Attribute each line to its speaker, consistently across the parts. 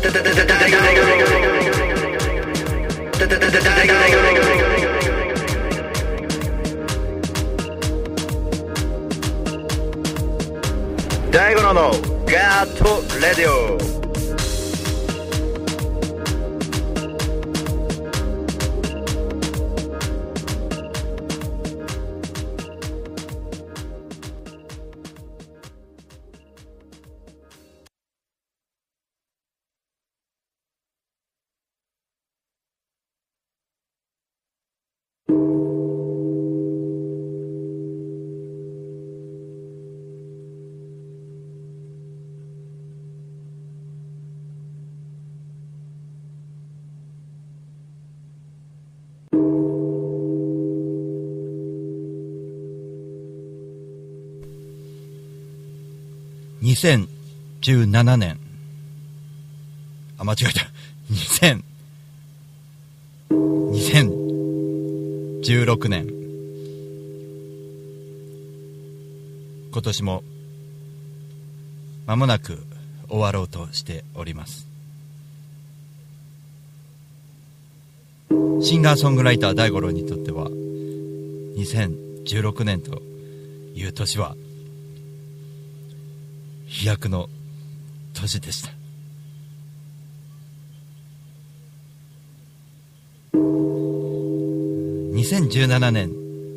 Speaker 1: 大五郎のガットレディオ。
Speaker 2: 2017年、間違えた。2016年、今年も間もなく終わろうとしております。シンガーソングライター大五郎にとっては2016年という年は飛躍の年でした。2017年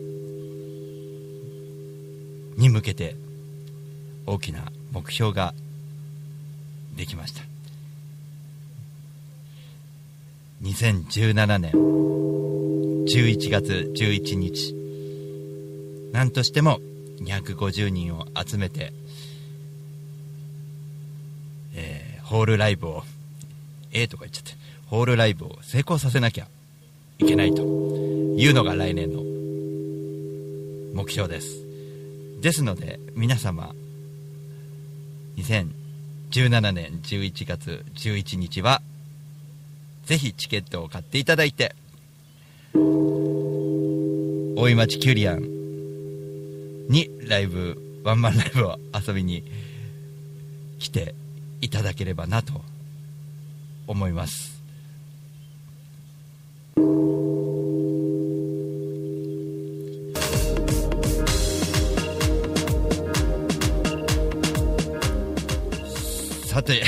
Speaker 2: に向けて大きな目標ができました。2017年11月11日、何としても250人を集めてホールライブをとか言っちゃってホールライブを成功させなきゃいけないというのが来年の目標です。ですので皆様、2017年11月11日はぜひチケットを買っていただいて、大井町キュリアンにワンマンライブを遊びに来ていただければなと思います。さて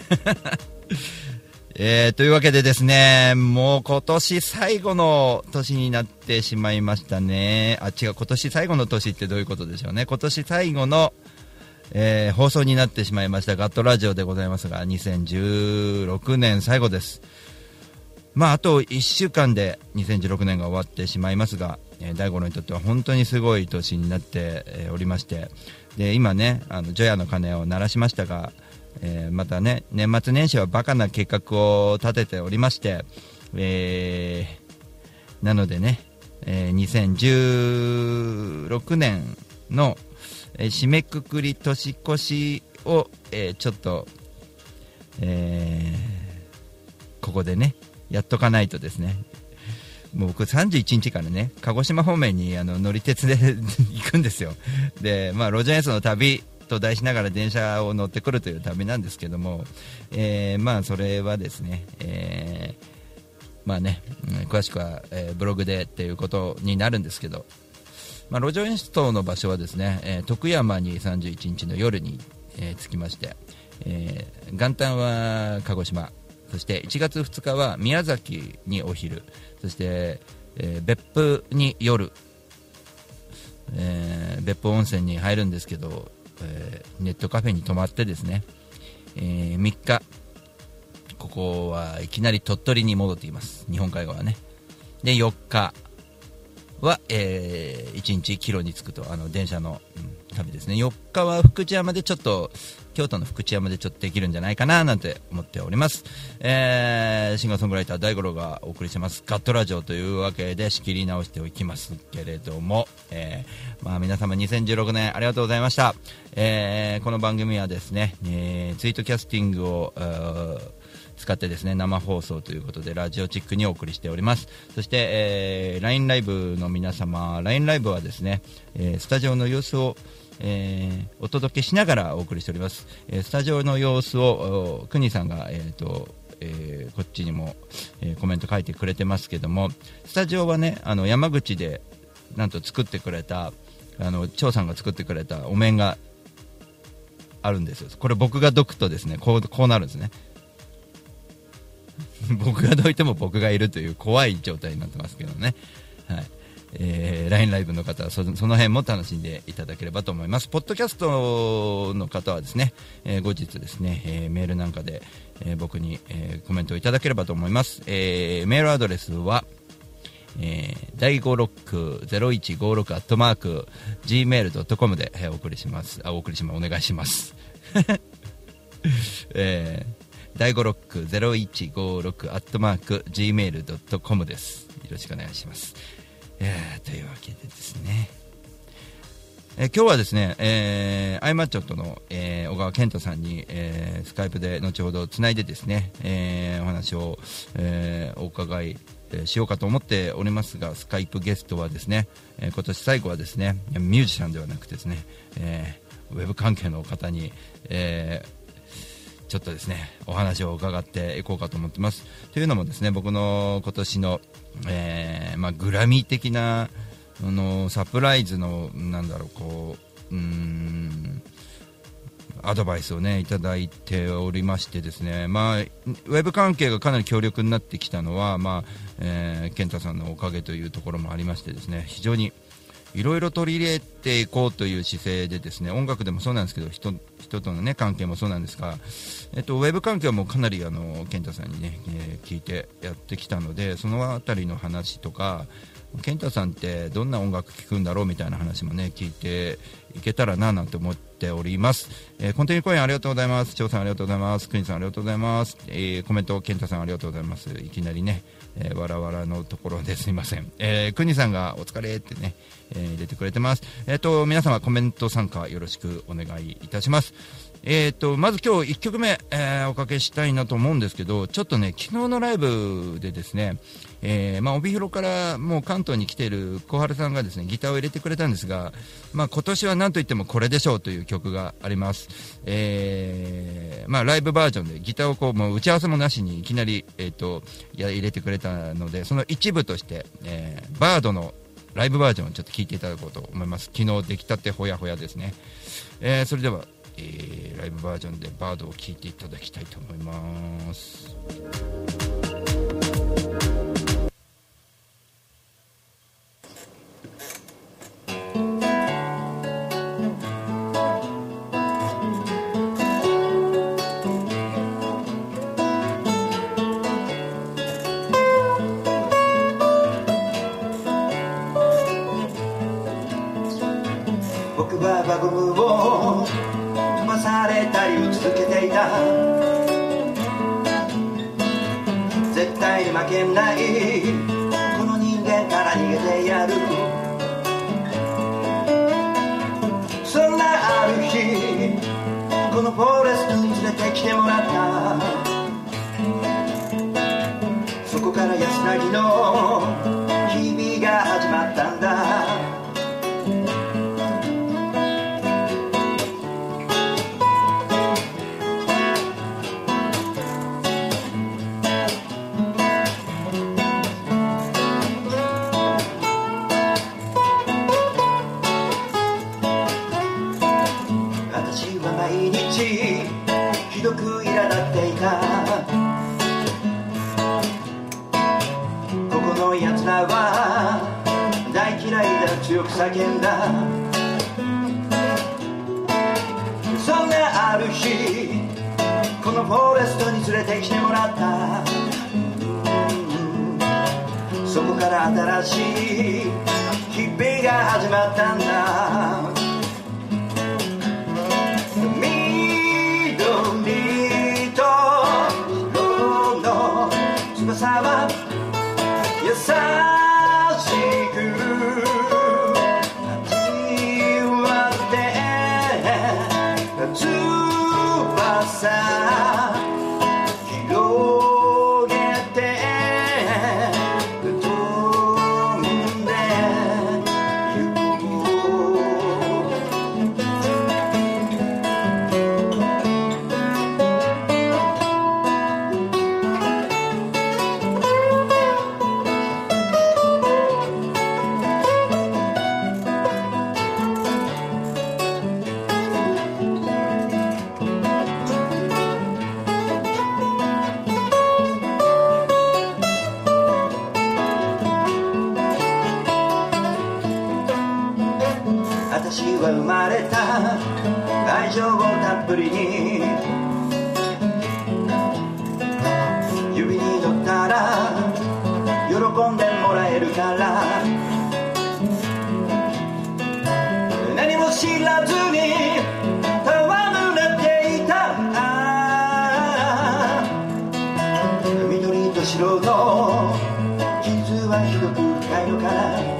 Speaker 2: というわけでですね、もう今年最後の年になってしまいましたね。違う、今年最後の年ってどういうことでしょうね。今年最後の放送になってしまいましたガットラジオでございますが、2016年最後です。あと1週間で2016年が終わってしまいますが、大五郎にとっては本当にすごい年になっておりまして、で今ね、除夜の鐘を鳴らしましたが、またね、年末年始はバカな計画を立てておりまして、なのでね、2016年の締めくくり年越しを、ちょっと、ここでねやっとかないとですね、もう僕31日からね鹿児島方面に乗り鉄で行くんですよ。で路上演奏の旅と題しながら電車を乗ってくるという旅なんですけども、それはですね、詳しくは、ブログでっていうことになるんですけど、路上演奏の場所はですね、徳山に31日の夜に、着きまして、元旦は鹿児島、そして1月2日は宮崎にお昼、そして、別府に夜、別府温泉に入るんですけど、ネットカフェに泊まってですね、3日ここはいきなり鳥取に戻ってきます。日本海側ね。で4日は、1日帰路に着くと、電車の、旅ですね。4日は福知山でちょっと、京都の福知山でちょっとできるんじゃないかななんて思っております。シンガーソングライター大五郎がお送りしてますガットラジオというわけで仕切り直しておきますけれども、皆様2016年ありがとうございました。この番組はですね、ツイートキャスティングを使ってですね、生放送ということでラジオチックにお送りしております。そして、LINE ライブの皆様、LINE ライブはですね、スタジオの様子をお届けしながらお送りしております。スタジオの様子をくにさんが、こっちにも、コメント書いてくれてますけども、スタジオはね山口でなんと作ってくれた張さんが作ってくれたお面があるんですよ。これ僕がどくとですねこうなるんですね。僕がどいても僕がいるという怖い状態になってますけどね。はい。LINE ライブの方はその辺も楽しんでいただければと思います。ポッドキャストの方はですね、後日ですね、メールなんかで、僕に、コメントをいただければと思います。メールアドレスは、第560156 gmail.com で、お願いします。第560156 gmail.com です。よろしくお願いします。というわけでですね、今日はですね、アイマッチョとの、小川健太さんに、スカイプで後ほどつないでですね、お話を、お伺いしようかと思っておりますが、スカイプゲストはですね、今年最後はですねミュージシャンではなくてですね、ウェブ関係の方に、ちょっとですねお話を伺っていこうかと思ってます。というのもですね、僕の今年の、グラミー的なサプライズのアドバイスをねいただいておりましてですね、ウェブ関係がかなり強力になってきたのは、健太さんのおかげというところもありましてですね、非常にいろいろ取り入れていこうという姿勢でですね、音楽でもそうなんですけど 人との、ね、関係もそうなんですが、ウェブ関係もかなり健太さんにね、聞いてやってきたので、そのあたりの話とか、健太さんってどんな音楽聴くんだろうみたいな話もね聞いていけたらななんて思っております。コンテンツ公演ありがとうございます。張さんありがとうございます。くにさんありがとうございます。コメント健太さんありがとうございます。いきなりね、わらわらのところですいません。くにさんがお疲れってね、入れてくれてます。皆様コメント参加よろしくお願いいたします。まず今日1曲目、おかけしたいなと思うんですけど、ちょっとね昨日のライブでですね、帯広からもう関東に来ている小春さんがですねギターを入れてくれたんですが、今年は何といってもこれでしょうという曲があります。ライブバージョンでギターをもう打ち合わせもなしにいきなり、入れてくれたので、その一部として、バードのライブバージョンをちょっと聴いていただこうと思います。昨日できたてほやほやですね。それでは、ライブバージョンでバードを聴いていただきたいと思います。
Speaker 3: 僕はバゴムを飛ばされたりを続けていた。絶対に負けないこの人間から逃げてやる。そんなある日このフォレストに連れてきてもらった。そこから安らぎの日々が始まったんだ。ひどく苛立っていた。ここのやつらは大嫌いだ強く叫んだ。そんなある日このフォレストに連れてきてもらった。そこから新しい日々が始まったんだ。翼は優しく味わって翼広げて飛んでゆく。 私は生まれた愛情をたっぷりに指に乗ったら喜んでもらえるから何も知らずに戯れていた緑と白の傷はひどく深いのかな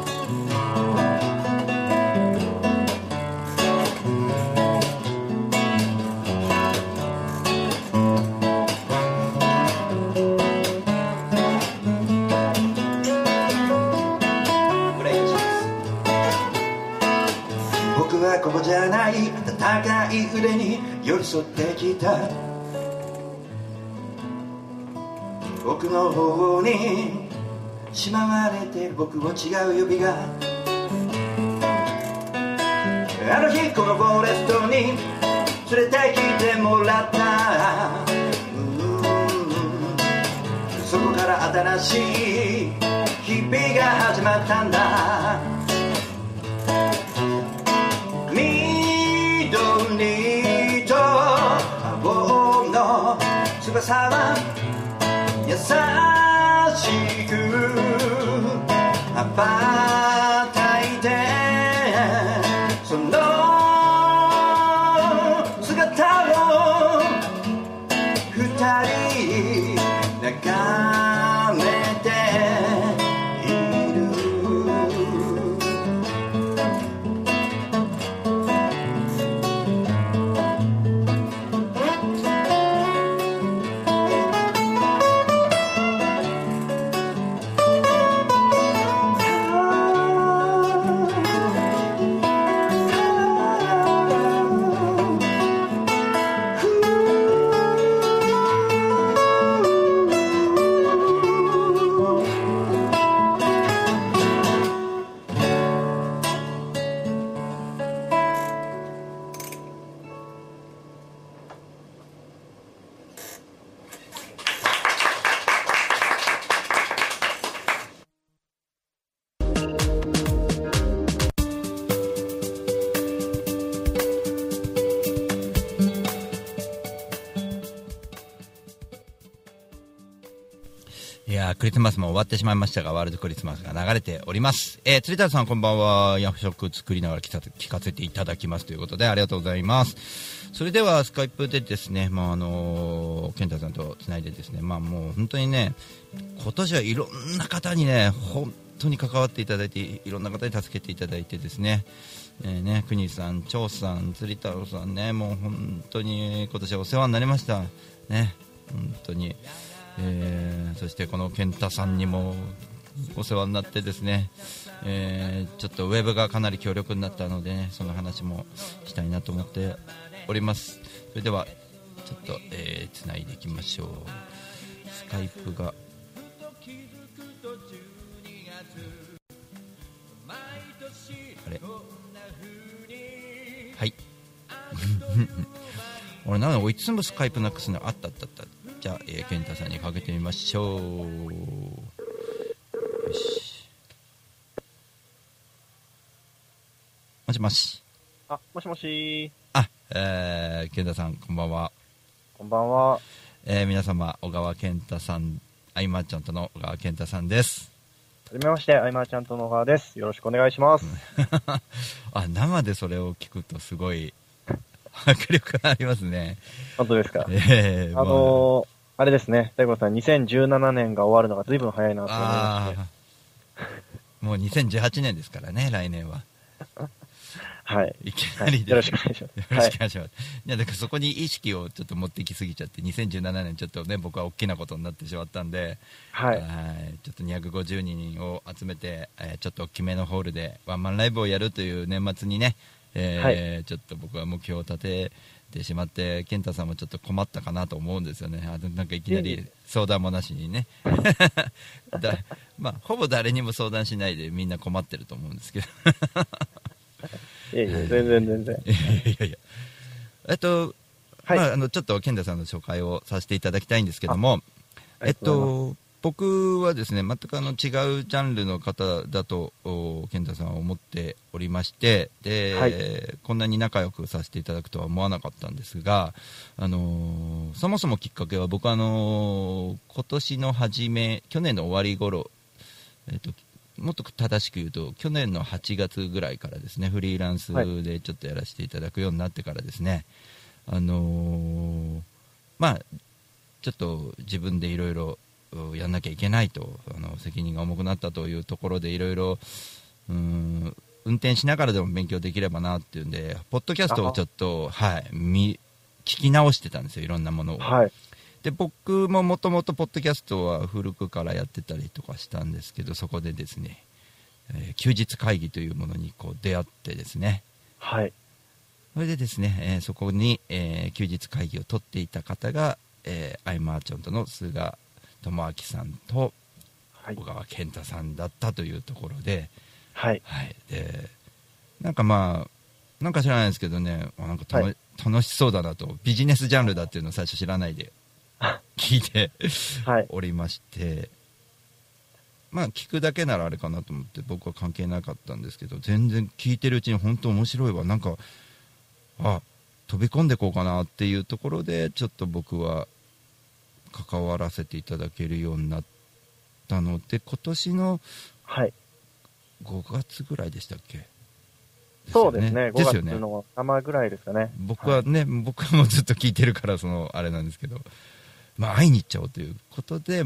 Speaker 3: ここじゃない温かい腕に寄り添ってきた奥の方にしまわれて僕を違う指があの日このフォレストに連れてきてもらったそこから新しい日々が始まったんだ緑と青の翼は優しく羽ばたいてその姿を二人眺めている
Speaker 2: クリスマスも終わってしまいましたがワールドクリスマスが流れております。釣田さんこんばんは。夜食作りながら聞かせていただきますということでありがとうございます。それではスカイプでですね、健太さんとつないでですね、もう本当にね今年はいろんな方にね本当に関わっていただいていろんな方に助けていただいてですね、国さん、長さん、釣太郎さんね、もう本当に今年はお世話になりましたね、本当に。そしてこの健太さんにもお世話になってですね、ちょっとウェブがかなり強力になったので、その話もしたいなと思っております。それではちょっと、つないでいきましょう。スカイプがあれはい俺なんかいつもスカイプなくすのあったじゃあ、健太さんにかけてみましょう。よし。もしもし。
Speaker 4: もしもし。
Speaker 2: 健太さんこんばんは。
Speaker 4: こんばんは。
Speaker 2: 皆様小川健太さん、あいまちゃんとの小川健太さんです。
Speaker 4: はじめまして、あいまちゃんとの小川です。よろしくお願いします。
Speaker 2: 生でそれを聞くとすごい迫力がありますね。
Speaker 4: 本当ですか。あれですね、大悟さん、2017年が終わるのが随分早いなと思いまして。
Speaker 2: もう2018年ですからね、来年は。
Speaker 4: はい。
Speaker 2: いきなりで、
Speaker 4: よろしくお願いします。
Speaker 2: よろしくお願いします。いや、だからそこに意識をちょっと持ってきすぎちゃって、2017年ちょっとね、僕は大きなことになってしまったんで、
Speaker 4: はい。
Speaker 2: ちょっと250人を集めて、ちょっと大きめのホールでワンマンライブをやるという年末にね、はい、ちょっと僕は目標を立ててしまって、健太さんもちょっと困ったかなと思うんですよね。なんかいきなり相談もなしにねほぼ誰にも相談しないでみんな困ってると思うんですけど
Speaker 4: 全然
Speaker 2: いやはい、ちょっと健太さんの紹介をさせていただきたいんですけども、 僕はですね、全く違うジャンルの方だと健太さんは思っておりまして、で、
Speaker 4: はい、
Speaker 2: こんなに仲良くさせていただくとは思わなかったんですが、そもそもきっかけは僕は今年の初め、去年の終わり頃、もっと正しく言うと去年の8月ぐらいからですね、フリーランスでちょっとやらせていただくようになってからですね、まあちょっと自分でいろいろやんなきゃいけないと、責任が重くなったというところでいろいろ運転しながらでも勉強できればなっていうんで、ポッドキャストをちょっと、はい、聞き直してたんですよ、いろんなものを。
Speaker 4: はい、
Speaker 2: で僕ももともとポッドキャストは古くからやってたりとかしたんですけど、そこでですね、休日会議というものにこう出会ってですね、
Speaker 4: はい、
Speaker 2: それでですね、そこに、休日会議を取っていた方が、アイマーチョントの菅智明さんと小川健太さんだったというところで、
Speaker 4: はい、
Speaker 2: はい、でなんかなんか知らないですけどね、なんか
Speaker 4: はい、
Speaker 2: 楽しそうだなと、ビジネスジャンルだっていうのを最初知らないで聞いて
Speaker 4: はい、
Speaker 2: おりまして、聞くだけならあれかなと思って僕は関係なかったんですけど、全然聞いてるうちに本当面白いわ、なんか飛び込んでこうかなっていうところでちょっと僕は関わらせていただけるようになったので、今年の5月ぐらいでしたっけ。
Speaker 4: そうですね、5
Speaker 2: ですよね。
Speaker 4: 月の頭ぐらいですかね。
Speaker 2: 僕はね、僕はもうずっと聞いてるからあれなんですけど、会いに行っちゃおうということで、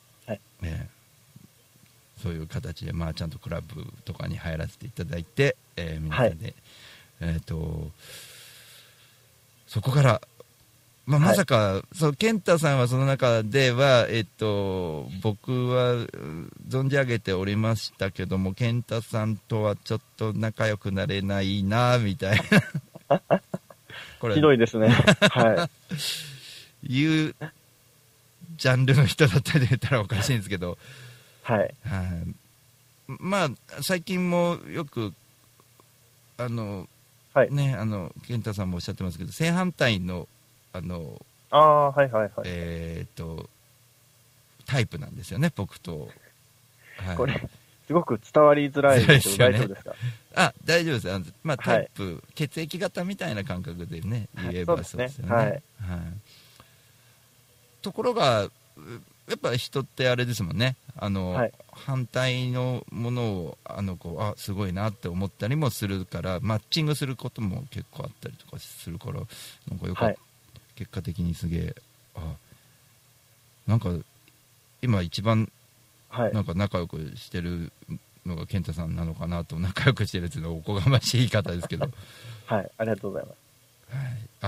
Speaker 2: そういう形でちゃんとクラブとかに入らせていただいて、皆さんで、そこからまさか、健太さんはその中では、僕は存じ上げておりましたけども、健太さんとはちょっと仲良くなれないなみたいなこれ
Speaker 4: ひどいですね。はい。
Speaker 2: いうジャンルの人だったり言ったらおかしいんですけど、
Speaker 4: はい。
Speaker 2: 最近もよく
Speaker 4: はい、
Speaker 2: ね、健太さんもおっしゃってますけど、正反対の
Speaker 4: はいはいはい。
Speaker 2: タイプなんですよね、僕と。はい、
Speaker 4: これ、すごく伝わりづらいですけど、大丈夫ですか？
Speaker 2: 大丈夫です。タイプ、血液型みたいな感覚でね、言えばそうですよね。はい。ところが、やっぱ人ってあれですもんね。反対のものをすごいなって思ったりもするから、マッチングすることも結構あったりとかするから、なんかよかった。結果的にすげえ、なんか今一番なんか仲良くしてるのが健太さんなのかなと、仲良くしてるっていうのはおこがましい言い方ですけど
Speaker 4: はい、ありがとうございます。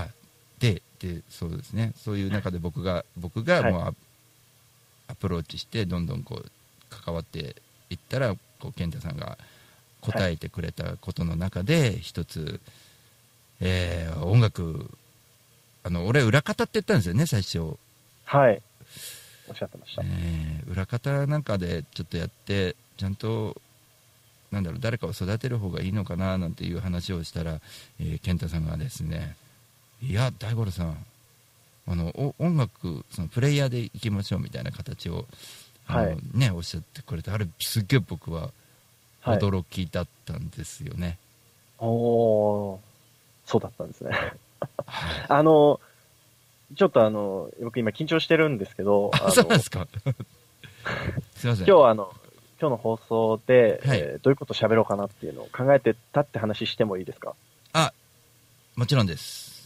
Speaker 2: はい、でそうですね、そういう中で僕がもうアプローチしてどんどんこう関わっていったら、こう健太さんが答えてくれたことの中で一つ、音楽、俺裏方って言ったんですよね、最初。
Speaker 4: はい、おっしゃってました。
Speaker 2: 裏方なんかでちょっとやってちゃんと誰かを育てる方がいいのかななんていう話をしたら、健太さんがですね、いや大五郎さん、音楽プレイヤーでいきましょうみたいな形をおっしゃってくれて、あれすっげえ僕は驚きだったんですよね。
Speaker 4: そうだったんですね。ちょっと僕今緊張してるんですけど、
Speaker 2: そうなんですかすいません。
Speaker 4: 今日の放送で、どういうことを喋ろうかなっていうのを考えてたって話してもいいですか？
Speaker 2: もちろんです。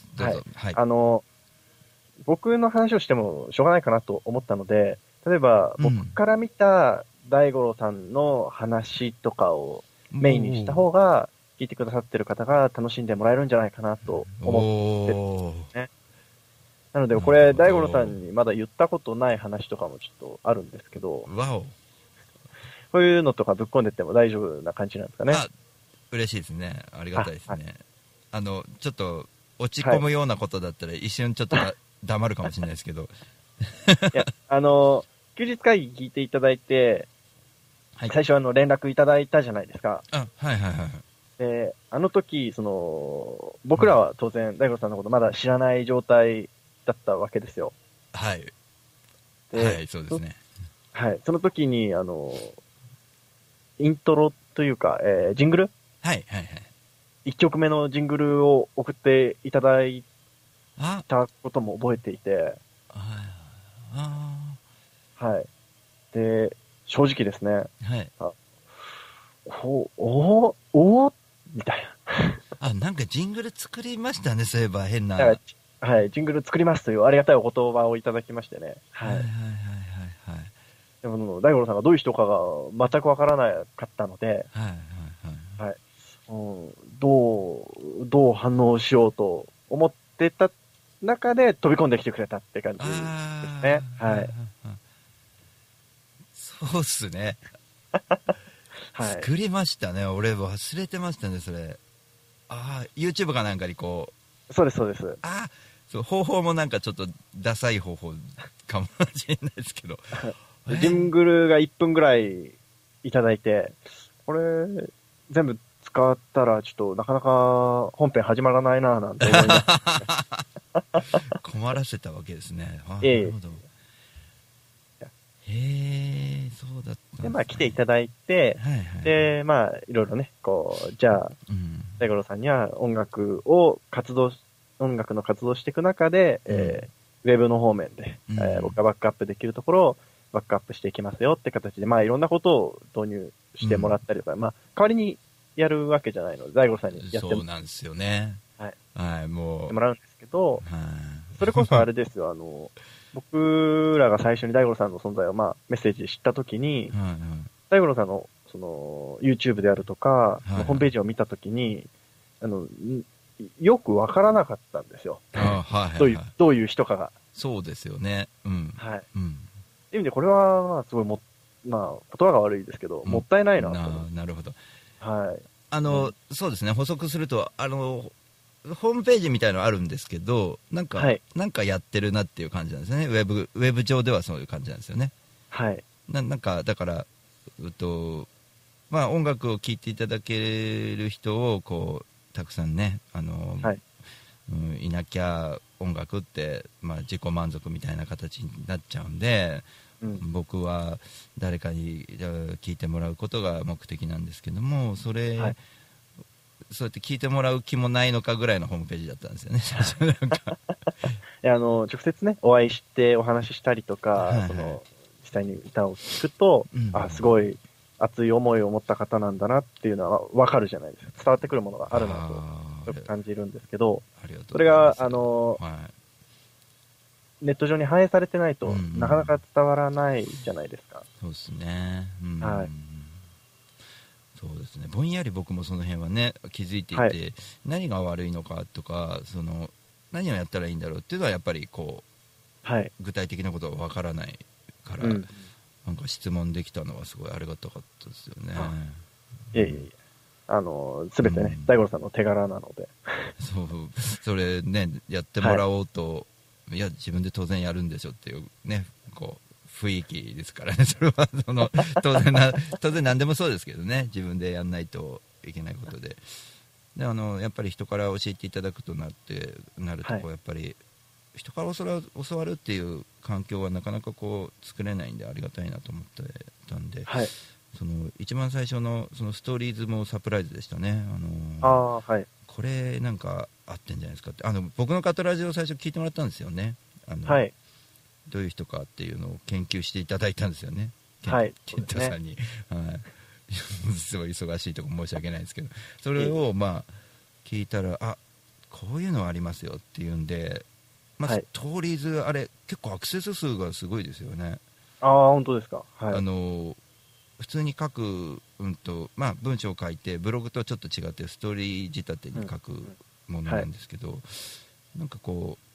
Speaker 2: どうぞ。はい。
Speaker 4: 僕の話をしてもしょうがないかなと思ったので、例えば僕から見た大五郎さんの話とかをメインにした方が、聞いてくださってる方が楽しんでもらえるんじゃないかなと思ってるんですね。なので、これ、大五郎さんにまだ言ったことない話とかもちょっとあるんですけど、こういうのとかぶっ込んでっても大丈夫な感じなんですかね。
Speaker 2: 嬉しいですね。ありがたいですね。ちょっと落ち込むようなことだったら一瞬ちょっと黙るかもしれないですけど。
Speaker 4: いや、休日会議聞いていただいて、最初連絡いただいたじゃないですか。で、あの時、僕らは当然、大五郎さんのことまだ知らない状態だったわけですよ。
Speaker 2: はい。
Speaker 4: で、
Speaker 2: そうですね。
Speaker 4: はい。その時に、イントロというか、ジングル
Speaker 2: はいはいはい。
Speaker 4: 1曲目のジングルを送っていただい
Speaker 2: あ、
Speaker 4: たことも覚えていて、
Speaker 2: あ
Speaker 4: はい。で、正直ですね、
Speaker 2: ー、はい。
Speaker 4: おーみたい
Speaker 2: あ、なんかジングル作りましたね、そういえば変な。
Speaker 4: な。
Speaker 2: はい
Speaker 4: はい、ジングル作りますというありがたいお言葉をいただきましてね。はい。
Speaker 2: はいはいはいはい。
Speaker 4: でも、大五郎さんがどういう人かが全くわからなかったので、
Speaker 2: はいはいはい。
Speaker 4: はい。うん、どう反応しようと思ってた中で飛び込んできてくれたって感じですね。はい。
Speaker 2: そうっすね。
Speaker 4: はい。
Speaker 2: 作りましたね。俺忘れてましたね、それ。ああ、YouTube かなんかにこう、
Speaker 4: そうです、そうです。
Speaker 2: ああ、そう方法もなんかちょっとダサい方法かもしれないですけど。
Speaker 4: ジングルが1分ぐらいいただいて、これ、全部使ったらちょっとなかなか本編始まらないなぁなんて思います。
Speaker 2: 困らせたわけですね。あ、な
Speaker 4: ええ
Speaker 2: るほど。へえ、そうだったんですね。
Speaker 4: で、まあ来ていただいて、
Speaker 2: はいはい。
Speaker 4: で、まあいろいろね、こう、じゃあ、
Speaker 2: うん。
Speaker 4: 大五郎さんには音楽の活動していく中で、ウェブの方面で、
Speaker 2: うん
Speaker 4: 僕がバックアップできるところをバックアップしていきますよって形で、まあいろんなことを導入してもらったりとか、まあ代わりにやるわけじゃないので、大五郎さんにやって
Speaker 2: そうなんですよね。
Speaker 4: はい
Speaker 2: はい、もう。
Speaker 4: もらうんですけど、
Speaker 2: はい。
Speaker 4: それこそあれですよ、僕らが最初に大五郎さんの存在を、まあ、メッセージで知ったときに、
Speaker 2: はいはい。
Speaker 4: 大五郎さんの、その、YouTube であるとか、
Speaker 2: はい
Speaker 4: ホームページを見たときに、よくわからなかったんですよ。
Speaker 2: あ、はいはいはい。
Speaker 4: どういう人かが。
Speaker 2: そうですよね。うん。
Speaker 4: はい。
Speaker 2: うん。
Speaker 4: っていう意味で、これは、まあ、すごいまあ、言葉が悪いですけど、もったいないなと思う。
Speaker 2: なるほど。
Speaker 4: はい。
Speaker 2: そうですね、補足すると、ホームページみたいのあるんですけど、なんか、
Speaker 4: はい。
Speaker 2: なんかやってるなっていう感じなんですね。ウェブ上ではそういう感じなんですよね。
Speaker 4: はい。
Speaker 2: なんか、だから、まあ、音楽を聴いていただける人を、こう、たくさんね、
Speaker 4: はい。
Speaker 2: いなきゃ音楽って、まあ、自己満足みたいな形になっちゃうんで、僕は誰かに聴いてもらうことが目的なんですけども、そうやって聞いてもらう気もないのかぐらいのホームページだったんですよね。なんか
Speaker 4: 直接ね、お会いしてお話ししたりとか、
Speaker 2: はいはい、
Speaker 4: 実際に歌を聴くと、すごい熱い思いを持った方なんだなっていうのはわかるじゃないですか。伝わってくるものがあるなと、よく感じるんですけど、それが、ネット上に反映されてないと、なかなか伝わらないじゃないですか。
Speaker 2: そうですね。
Speaker 4: はい。
Speaker 2: そうですね、ぼんやり僕もその辺はね気づいていて、はい、何が悪いのかとか何をやったらいいんだろうっていうのはやっぱりこう、はい、具体的なことは分からないから、なんか質問できたのはすごいありがたかったですよね。
Speaker 4: いえいえ、すべてね、大五郎さんの手柄なので。
Speaker 2: それねやってもらおうと、いや自分で当然やるんでしょっていうねこう雰囲気ですからね。それは当然何でもそうですけどね、自分でやんないといけないことで、やっぱり人から教えていただくとなるとこうやっぱり人から教わるっていう環境はなかなかこう作れないんでありがたいなと思ってたんで、はい、一番最初のストーリーズもサプライズでしたね。はい、これなんか合ってんじゃないですかって、僕のカトラジオを最初聞いてもらったんですよね。はい、どういう人かっていうのを研究していただいたんですよね。はい、健太さんに、はい、すごい忙しいとこ申し訳ないですけど、それをまあ聞いたら、こういうのありますよっていうんで、まあ、ストーリーズあれ結構アクセス数がすごいですよね。
Speaker 4: 本当ですか。はい、
Speaker 2: 普通に書く、まあ、文章を書いてブログとちょっと違ってストーリー仕立てに書くものなんですけど、なんかこう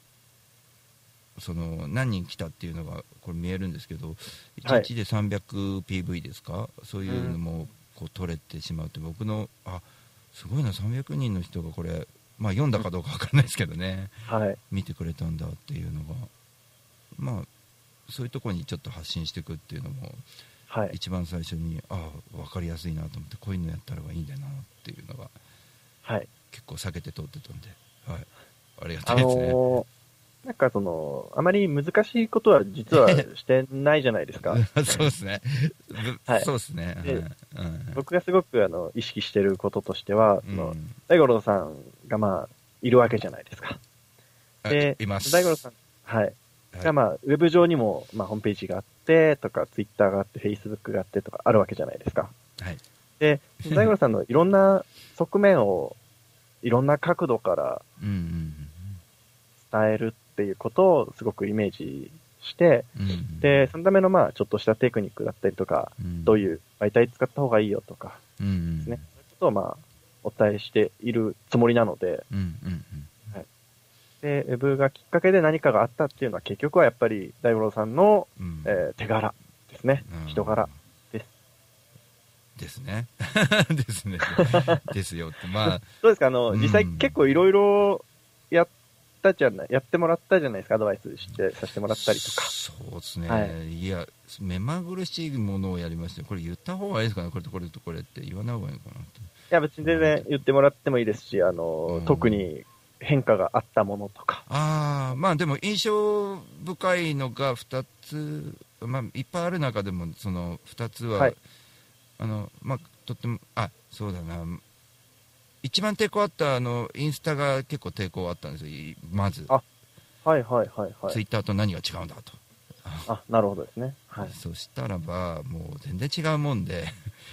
Speaker 2: 何人来たっていうのがこれ見えるんですけど、1日で 300PV ですか、そういうのもこう取れてしまうって、僕のすごいな、300人の人がこれ、まあ、読んだかどうか分からないですけどね、見てくれたんだっていうのが、まあ、そういうところにちょっと発信していくっていうのも、一番最初に分かりやすいなと思って、こういうのやったらいいんだなっていうのが、結構避けて通ってたんで、ありがたいですね。
Speaker 4: なんかあまり難しいことは実はしてないじゃないですか。
Speaker 2: そうですね。
Speaker 4: はい
Speaker 2: そうですね。
Speaker 4: で
Speaker 2: うん
Speaker 4: 僕がすごく意識してることとしては、
Speaker 2: うん
Speaker 4: 大五郎さんがいるわけじゃないですか。
Speaker 2: あ
Speaker 4: で、
Speaker 2: います。
Speaker 4: 大五郎さん、はい。
Speaker 2: はい
Speaker 4: がウェブ上にも、ホームページがあってとか、ツイッターがあって、フェイスブックがあってとかあるわけじゃないですか。
Speaker 2: はい。
Speaker 4: で、大五郎さんのいろんな側面を、いろんな角度から
Speaker 2: うん
Speaker 4: 伝えるっていうことをすごくイメージして、で、そのためのちょっとしたテクニックだったりとか、どう
Speaker 2: いう
Speaker 4: いう媒体使った方がいいよとか
Speaker 2: うん
Speaker 4: ですね。そういうことをお伝えしているつもりなので、で、ウェブがきっかけで何かがあったっていうのは結局はやっぱり大五郎さんの、手柄ですね。人柄です。
Speaker 2: ですね。ですね。ですよって。
Speaker 4: どうですか実際結構いろいろやってもらったじゃないですか、アドバイスさせてもらったりとか。
Speaker 2: そうですね。
Speaker 4: はい
Speaker 2: いや、目まぐるしいものをやりましたよ。これ言った方がいいですかね、これとこれとこれって言わない方がいいのかなって。
Speaker 4: いや、別に全然言ってもらってもいいですし、特に変化があったものとか。
Speaker 2: でも印象深いのが2つ、いっぱいある中でも、その2つは、
Speaker 4: はい
Speaker 2: とっても、そうだな、一番抵抗あったインスタが結構抵抗あったんですよ、まず。
Speaker 4: はいはいはいはい。
Speaker 2: ツイッターと何が違うんだと。
Speaker 4: なるほどですね。はい。
Speaker 2: そしたらば、もう全然違うもんで、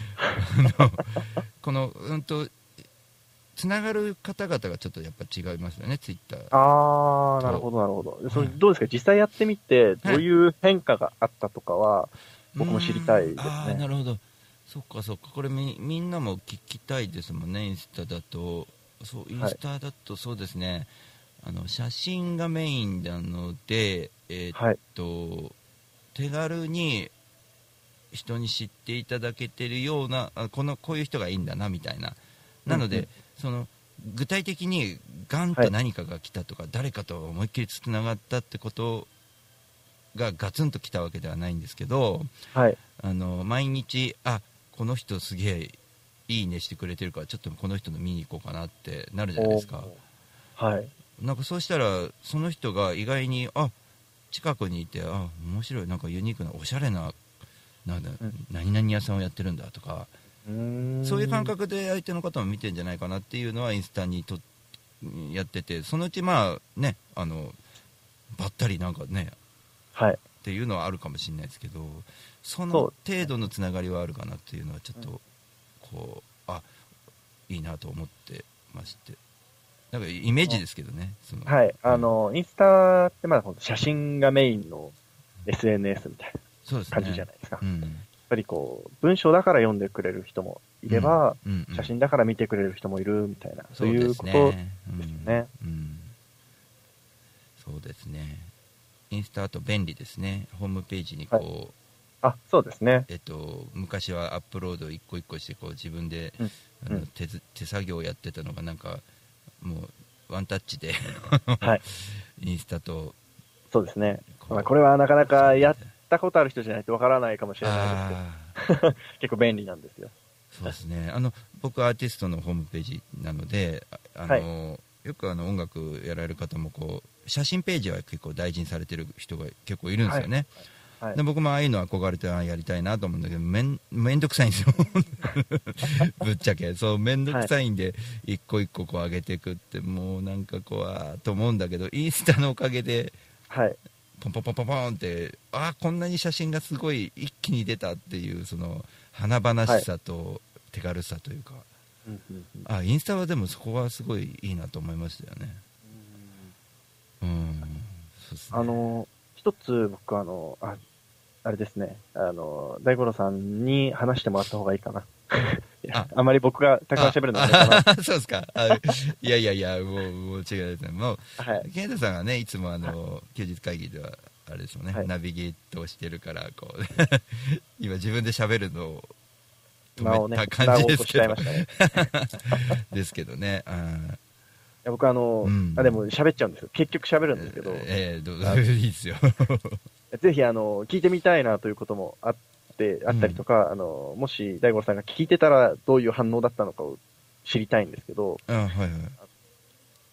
Speaker 2: この、つながる方々がちょっとやっぱ違いますよね、ツイッター。
Speaker 4: なるほどなるほど。それ
Speaker 2: はい
Speaker 4: どうですか実際やってみて、どういう変化があったとかは、僕も知りたいですね。
Speaker 2: なるほど。そっかそっか。これみんなも聞きたいですもんね、インスタだと。インスタだとそうですね。写真がメインなので、手軽に人に知っていただけてるような、こういう人がいいんだなみたいな。なので、具体的にガンと何かが来たとか、誰かと思いっきりつながったってことがガツンと来たわけではないんですけど、毎日この人すげえいいねしてくれてるからちょっとこの人の見に行こうかなってなるじゃないですか。なんかそうしたらその人が意外に近くにいて面白い、なんかユニークなおしゃれな何々屋さんをやってるんだとか、そういう感覚で相手の方も見てるんじゃないかなっていうのはインスタにやってて、そのうちばったりなんかね、っていうのはあるかもしれないですけど、その程度のつながりはあるかなっていうのはちょっといいなと思ってまして、なんかイメージですけどね。
Speaker 4: インスタって写真がメインの SNS みたいな感じじゃないですか。やっぱり文章だから読んでくれる人もいれば、写真だから見てくれる人もいるみたいな、そういうことですよね。
Speaker 2: そうですね。インスタあと便利ですね。ホームページに
Speaker 4: そうですね。
Speaker 2: 昔はアップロード一個一個して自分で、手作業やってたのがなんかもうワンタッチでインスタと
Speaker 4: そうですね。これはなかなかやったことある人じゃないとわからないかもしれないですけど結構便利なんですよ。
Speaker 2: そうですね。僕アーティストのホームページなのでよく音楽やられる方も写真ページは結構大事にされてる人が結構いるんですよね。で僕もああいうの憧れてやりたいなと思うんだけどめんどくさいんですよぶっちゃけめんどくさいんで、一個一個上げていくってもうなんかと思うんだけど、インスタのおかげで、ポンポンポンポンポンってこんなに写真がすごい一気に出たっていうその華々しさと手軽さというか、インスタはでもそこはすごいいいなと思いましたよね。そうですね。
Speaker 4: 一つ僕あれですね、大五郎さんに話してもらった方がいいかな。あまり僕がたくさん喋るのはあれかな。
Speaker 2: そうですか。いや、もう違うですね。もう、健太さんがね、いつも休日会議では、あれですもんね、ナビゲートをしてるから、今自分で喋るのを止めた感じですけど。ですけどね。
Speaker 4: 僕でも喋っちゃうんですよ。結局喋るんですけど。
Speaker 2: いいですよ。
Speaker 4: ぜひ聞いてみたいなということもあったりとか、もし大五郎さんが聞いてたらどういう反応だったのかを知りたいんですけど、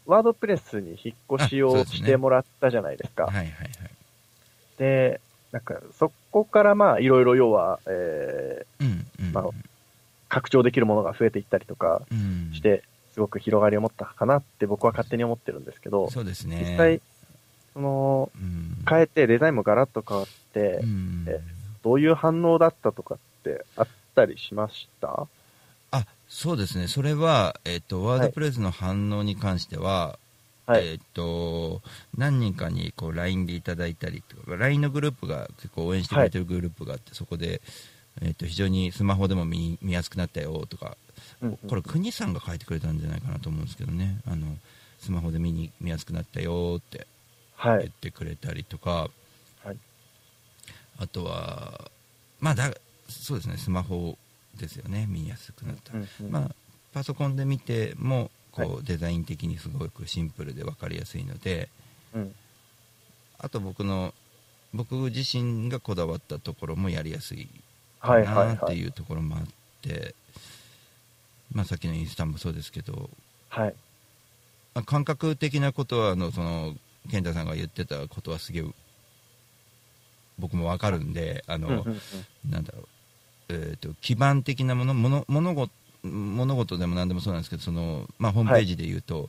Speaker 4: ワードプレスに引っ越しをしてもらったじゃないですか。
Speaker 2: はいはいはい。
Speaker 4: で、なんか、そこからまあ、いろいろ要は、まあ、拡張できるものが増えていったりとかして、すごく広がりを持ったかなって僕は勝手に思ってるんですけど、
Speaker 2: そうですね。
Speaker 4: 実際、変えてデザインもガラッと変わって、どういう反応だったとかってあったりしました？
Speaker 2: そうですね。それは、ワードプレスの反応に関しては、はい、何人かにこう LINE でいただいたりとか、LINE のグループが結構応援してくれてるグループがあって、そこで、非常にスマホでも見やすくなったよとか、これ国さんが書いてくれたんじゃないかなと思うんですけどね、スマホで見やすくなったよって言ってくれたりとか、はい、あとはまあそうですね、スマホですよね、見やすくなった、まあ、パソコンで見てもこうデザイン的にすごくシンプルで分かりやすいので、あと僕自身がこだわったところもやりやすいかなっていうところもあって、まあ、さっきのインスタもそうですけど、はい、まあ、感覚的なことはその健太さんが言ってたことはすげえ僕も分かるんで、なんだろう、基盤的な物事でも何でもそうなんですけど、まあ、ホームページで言うと、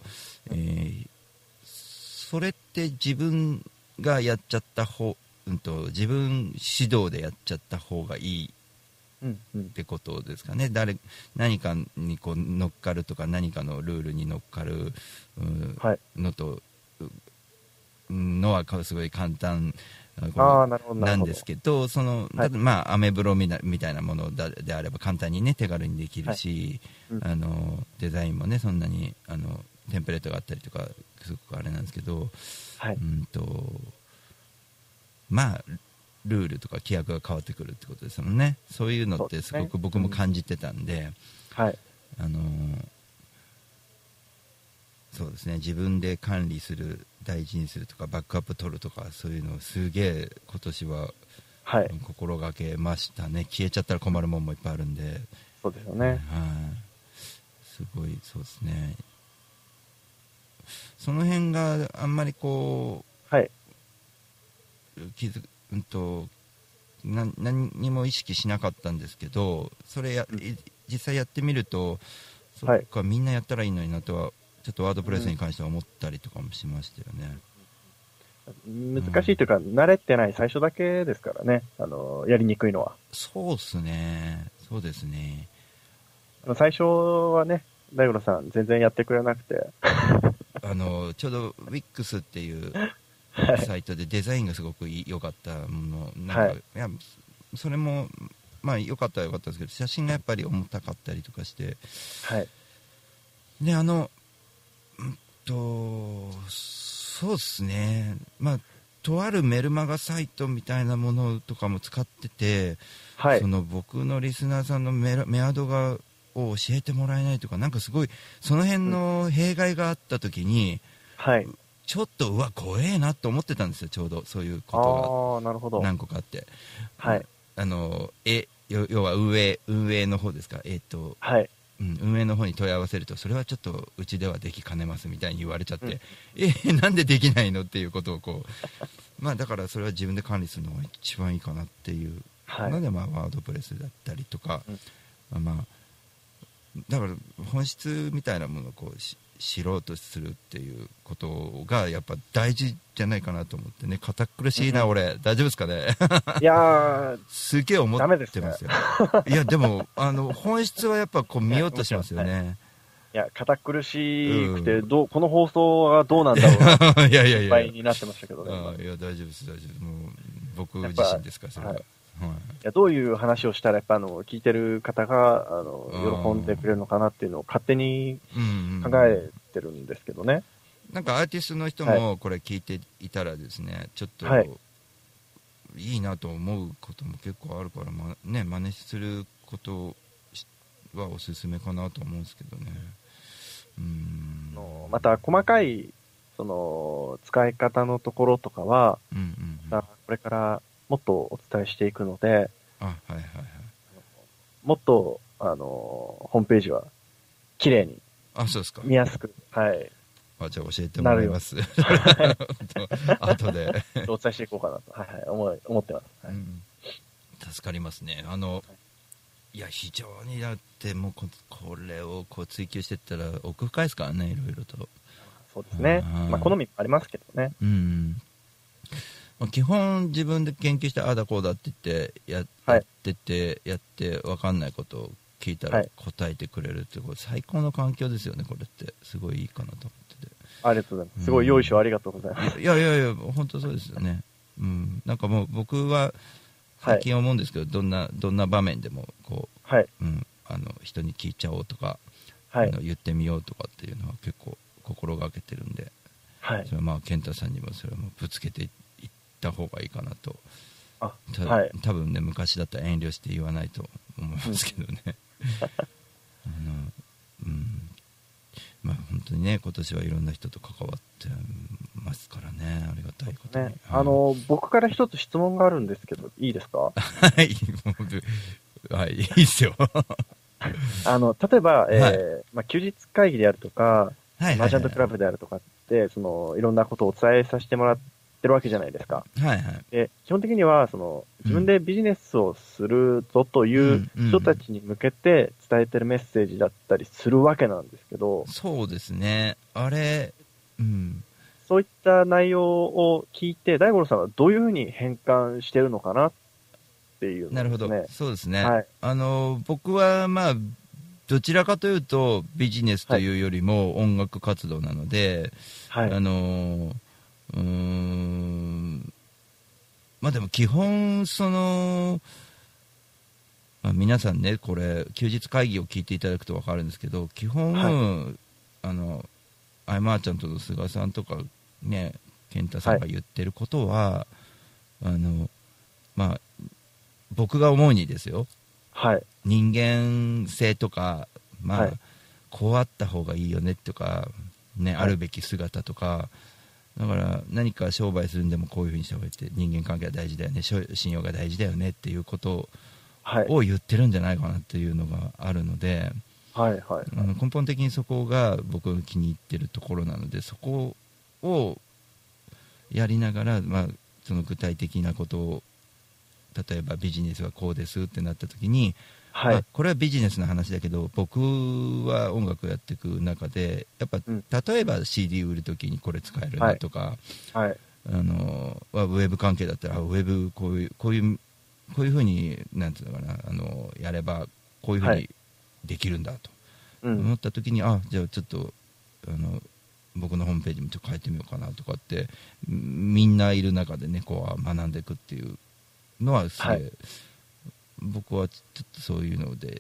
Speaker 2: それって自分がやっちゃった自分指導でやっちゃった方がいいってことですかね。何かにこう乗っかるとか、何かのルールに乗っかるのと、のはすごい簡単なんですけど、まあ、アメブロみたいなものであれば簡単にね、手軽にできるし、デザインもね、そんなにテンプレートがあったりとかすごくあれなんですけど、まあルールとか規約が変わってくるってことですもんね。そういうのってすごく僕も感じてたんで、そうですね、自分で管理する、大事にするとか、バックアップ取るとか、そういうのをすげえ今年は心がけましたね。消えちゃったら困るもんもいっぱいあるんで。
Speaker 4: そうですよね。
Speaker 2: すごい、そうですね。その辺があんまりこう、何にも意識しなかったんですけど、それ実際やってみると、そっか、みんなやったらいいのになとはちょっとワードプレスに関しては思ったりとかもしましたよね。
Speaker 4: 難しいというか、慣れてない最初だけですからね、やりにくいのは。
Speaker 2: そうですね、そうですね。
Speaker 4: 最初はね、大五郎さん全然やってくれなくて
Speaker 2: ちょうど Wix っていうサイトでデザインがすごく良かったもの、なんか、いや、それもまあ良かったは良かったんですけど、写真がやっぱり重たかったりとかして、でそうですね、まあ、とあるメルマガサイトみたいなものとかも使ってて、僕のリスナーさんのメアドを教えてもらえないとか、なんかすごいその辺の弊害があった時に、ちょっと怖えなと思ってたんですよ。ちょうどそういうことが何個かあって、要は運営の方ですか、運営の方に問い合わせると、それはちょっとうちではできかねますみたいに言われちゃって、なんでできないのっていうことをまあだからそれは自分で管理するのが一番いいかなっていうので、まあワードプレスだったりとか、まあだから本質みたいなものを知ろうとするっていうことがやっぱ大事じゃないかなと思ってね。堅苦しいな、俺大丈夫ですかね。
Speaker 4: いや
Speaker 2: すげえ思ってますよ。いやでも本質はやっぱ見ようとしますよね。
Speaker 4: いや、堅苦しくてこの放送はどうなんだろうな、いっぱいになってましたけどね。
Speaker 2: いや大丈夫です、大丈夫です。もう僕自身ですから、それは。い
Speaker 4: や、どういう話をしたらやっぱ聞いてる方が喜んでくれるのかなっていうのを勝手に考えてるんですけどね。
Speaker 2: なんかアーティストの人もこれ聞いていたらですね、ちょっといいなと思うことも結構あるから、真似することはおすすめかなと思うんですけどね。
Speaker 4: また細かい使い方のところとかは、これからもっとお伝えしていくので、もっとホームページは綺麗に見やすく、わ
Speaker 2: かじゃあ教えてもらいます。後で
Speaker 4: お伝えしていこうかなと、はいはい、思ってます。はい、
Speaker 2: 助かりますね。いや非常にだってもうこれをこう追求していったら奥深いですからね、いろいろと。
Speaker 4: そうですね。まあ好みありますけどね。
Speaker 2: 基本自分で研究してああだこうだって言ってやって分かんないことを聞いたら答えてくれるってこれ最高の環境ですよね。これってすごいいいかなと思ってて。
Speaker 4: ありがとうございます。すごい用意書ありがとうございます。
Speaker 2: いや本当そうですよね。なんかもう僕は最近思うんですけど、どんな場面でもこう、人に聞いちゃおうとか、言ってみようとかっていうのは結構心がけてるんで、それはまあ健太さんにもそれもぶつけていった方がいいかなと。多分ね昔だったら遠慮して言わないと思いますけどね。まあ本当にね今年はいろんな人と関わってますからね、ありがたいことに、
Speaker 4: ね。僕から一つ質問があるんですけどいいですか？
Speaker 2: はい、いいですよ。
Speaker 4: 例えば、休日会議であるとか、マーチャントクラブであるとかって、いろんなことをお伝えさせてもらってるわけじゃないですか。で基本的には、自分でビジネスをするぞという人たちに向けて伝えてるメッセージだったりするわけなんですけど。
Speaker 2: そうですね。
Speaker 4: そういった内容を聞いて、大五郎さんはどういうふうに変換してるのかなっていうのですね。
Speaker 2: なるほど。そうですね。僕はまあどちらかというとビジネスというよりも音楽活動なので、まあでも基本皆さんねこれ休日会議を聞いていただくと分かるんですけど、基本、アイマーちゃんとの菅さんとかね健太さんが言ってることは、まあ僕が思うにですよ、人間性とか、こうあった方がいいよねとか、あるべき姿とか、だから何か商売するんでもこういうふうにした方がいいって、人間関係は大事だよね、信用が大事だよねっていうことを言ってるんじゃないかなっていうのがあるので、根本的にそこが僕が気に入ってるところなので、そこをやりながら、その具体的なことを例えばビジネスはこうですってなった時に、これはビジネスの話だけど僕は音楽やっていく中でやっぱ、例えば CD 売る時にこれ使えるなとか、ウェブ関係だったらウェブこういうふうになんていうのかな、やればこういうふうにできるんだと思った時に、じゃあちょっと僕のホームページもちょっと変えてみようかなとかってみんないる中でねこう学んでいくっていうのはすげえ、僕はちょっとそういうので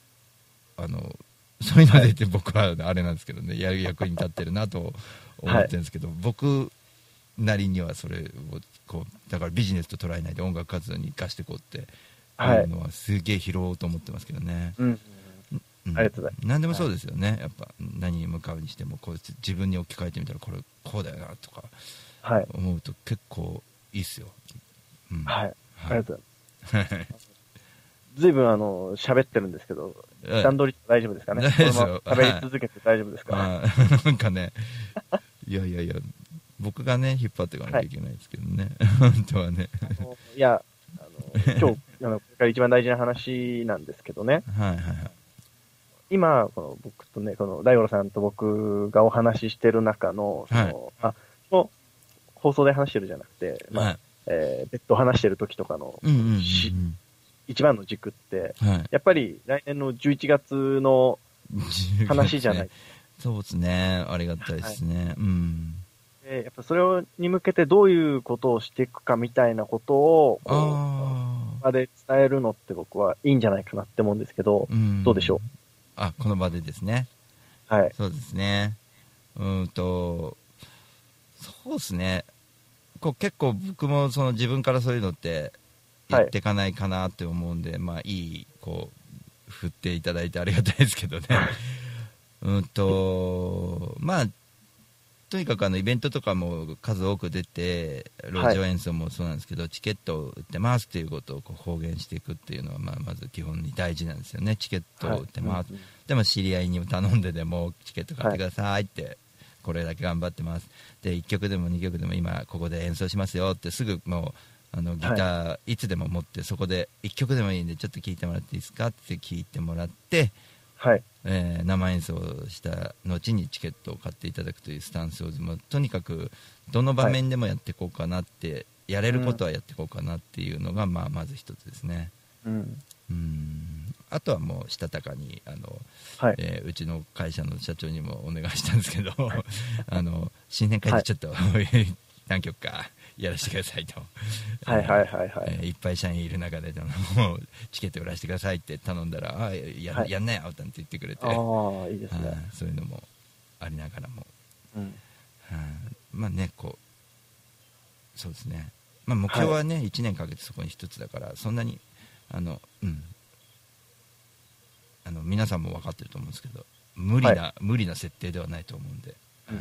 Speaker 2: そういうのでって僕はあれなんですけどね、やる役に立ってるなと思ってるんですけど、僕なりにはそれをこうだからビジネスと捉えないで音楽活動に生かしていこうっていうのはすげえ拾おうと思ってますけどね。ありがとうございます。何でもそうですよね、やっぱ何に向かうにしてもこう自分に置き換えてみたらこれこうだよなとか思うと結構いいっすよ。
Speaker 4: ありがとうございます。ずいぶん喋ってるんですけど、段取り大丈夫ですかね。喋り続けて大丈夫ですか。
Speaker 2: なんかね、いや僕がね引っ張っていかなきゃいけないですけどね、本当はね。
Speaker 4: いや今日これから一番大事な話なんですけどね。今この僕とねこの大五郎さんと僕がお話ししてる中の放送で話してるじゃなくて、別途話してる時とかの一番の軸って、やっぱり来年の11月の話じゃない。
Speaker 2: そうですね、ありがたいですね。
Speaker 4: やっぱそれに向けてどういうことをしていくかみたいなことを場で伝えるのって僕はいいんじゃないかなって思うんですけど、どうでしょう。
Speaker 2: この場でですね。そうですね。そうですね。結構僕も自分からそういうのって言っていかないかなって思うんで、いい振っていただいてありがたいですけどね。とにかくイベントとかも数多く出て路上演奏もそうなんですけど、チケットを売ってますっていうことを公言していくっていうのはまず基本に大事なんですよね。チケットを売ってます、でも知り合いに頼んででもチケット買ってくださいってこれだけ頑張ってます。で、1曲でも2曲でも今ここで演奏しますよってすぐもうギターいつでも持ってそこで1曲でもいいんでちょっと聴いてもらっていいですかって聞いてもらって、
Speaker 4: はい。
Speaker 2: 生演奏した後にチケットを買っていただくというスタンスをもうとにかくどの場面でもやっていこうかなって、やれることはやっていこうかなっていうのが、まず一つですね。あとはもうしたたかにうちの会社の社長にもお願いしたんですけど新年会でちょっと、何曲かやらせてくださいと、いっぱい社員いる中でもうチケット売らせてくださいって頼んだらやんなよなんて言ってくれて、
Speaker 4: いいですね。
Speaker 2: そういうのもありながらも、そうですね、目標はね、1年かけてそこに一つだからそんなに皆さんも分かってると思うんですけど無理な設定ではないと思うんで、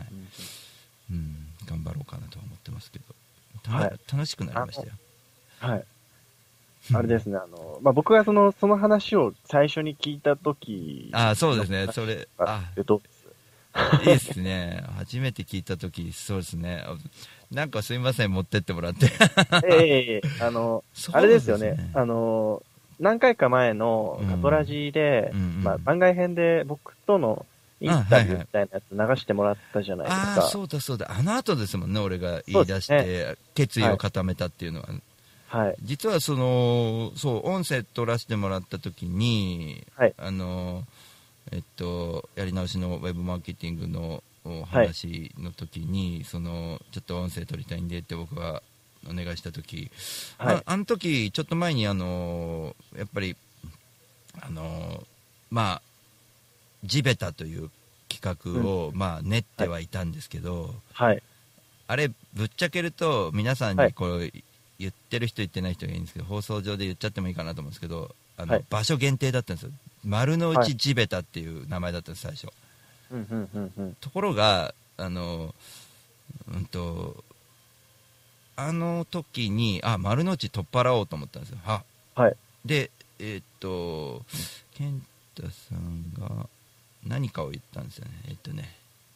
Speaker 2: 頑張ろうかなとは思ってますけど、楽しくなりましたよ。
Speaker 4: あれですね、僕がその話を最初に聞いたとき、
Speaker 2: そうですね、それ、
Speaker 4: どう
Speaker 2: ですいいですね、初めて聞いたとき、そうですね、なんかすいません、持ってってもらって。
Speaker 4: あれですよね、何回か前のカトラジで、番外編で僕とのインタビューみたいなやつ流してもらったじゃないですか。
Speaker 2: そうだ、あの後ですもんね、俺が言い出して、決意を固めたっていうのは。実は音声取らせてもらった時に、やり直しのウェブマーケティングの話の時に、ちょっと音声取りたいんでって僕はお願いした時、あの時ちょっと前にやっぱり地べたという企画を練ってはいたんですけど、あれぶっちゃけると皆さんにこれ言ってる人言ってない人がいいんですけど、放送上で言っちゃってもいいかなと思うんですけど、場所限定だったんですよ。丸の内地べたっていう名前だったんです最初。ところがあの時に丸の内取っ払おうと思ったんですよ。で健太さんが何かを言ったんですよね。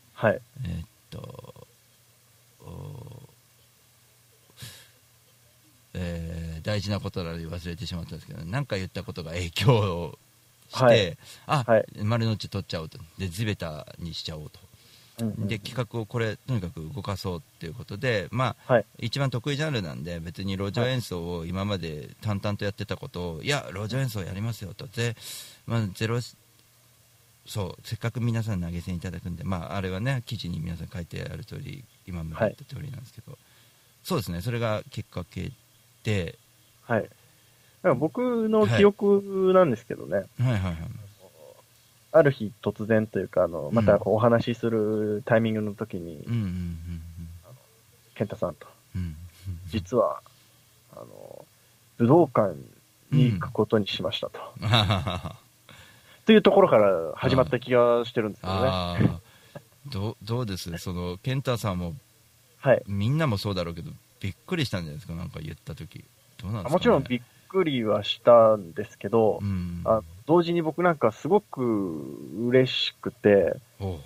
Speaker 2: 大事なことなので忘れてしまったんですけど、何か言ったことが影響をして、丸の内取っちゃおうと、で地べたにしちゃおうと、で企画をこれとにかく動かそうっていうことで、一番得意ジャンルなんで別に路上演奏を今まで淡々とやってたことを、いや路上演奏やりますよと、で、せっかく皆さん投げ銭いただくんで、あれはね記事に皆さん書いてある通り今も言った通りなんですけど、そうですね、それがきっかけで、
Speaker 4: だから僕の記憶なんですけどね、ある日突然というかまたお話しするタイミングの時に、健太さんと、実は武道館に行くことにしましたと、というところから始まった気がしてるんですけどね。
Speaker 2: どうです健太さんも、みんなもそうだろうけどびっくりしたんじゃないですか、なんか言った時。どうなんですかね。もちろん
Speaker 4: びっくりはしたんですけど、同時に僕なんかすごく嬉しくて、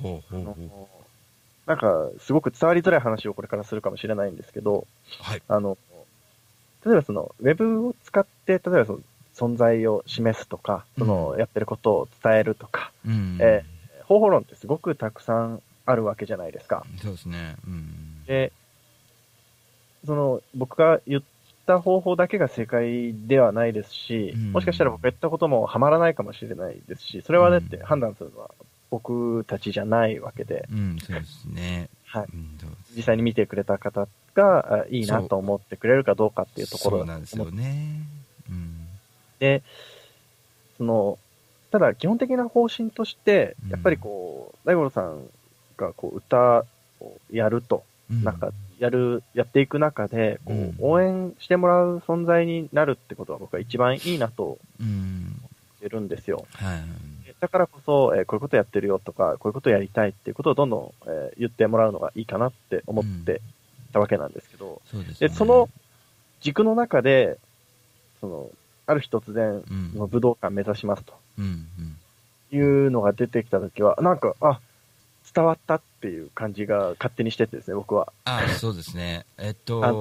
Speaker 4: なんかすごく伝わりづらい話をこれからするかもしれないんですけど、例えばウェブを使って例えば存在を示すとか、やってることを伝えるとか、方法論ってすごくたくさんあるわけじゃないですか。
Speaker 2: そうですね。
Speaker 4: で、僕が言った方法だけが正解ではないですし、もしかしたら僕が言ったこともはまらないかもしれないですし、それはだって判断するのは僕たちじゃないわけで、
Speaker 2: そうですね。
Speaker 4: 実際に見てくれた方がいいなと思ってくれるかどうかっていうところ
Speaker 2: なんですよね。
Speaker 4: で、ただ基本的な方針として、やっぱり大五郎さんが歌をやると、やっていく中で、応援してもらう存在になるってことは僕は一番いいなと思ってるんですよ。だからこそ、こういうことやってるよとか、こういうことやりたいっていうことをどんどん、言ってもらうのがいいかなって思ってたわけなんですけど、でその軸の中で、ある日突然、武道館目指しますと、いうのが出てきたときは、なんか、 伝わったっていう感じが勝手にしててですね、僕は。
Speaker 2: そうですね。
Speaker 4: はい。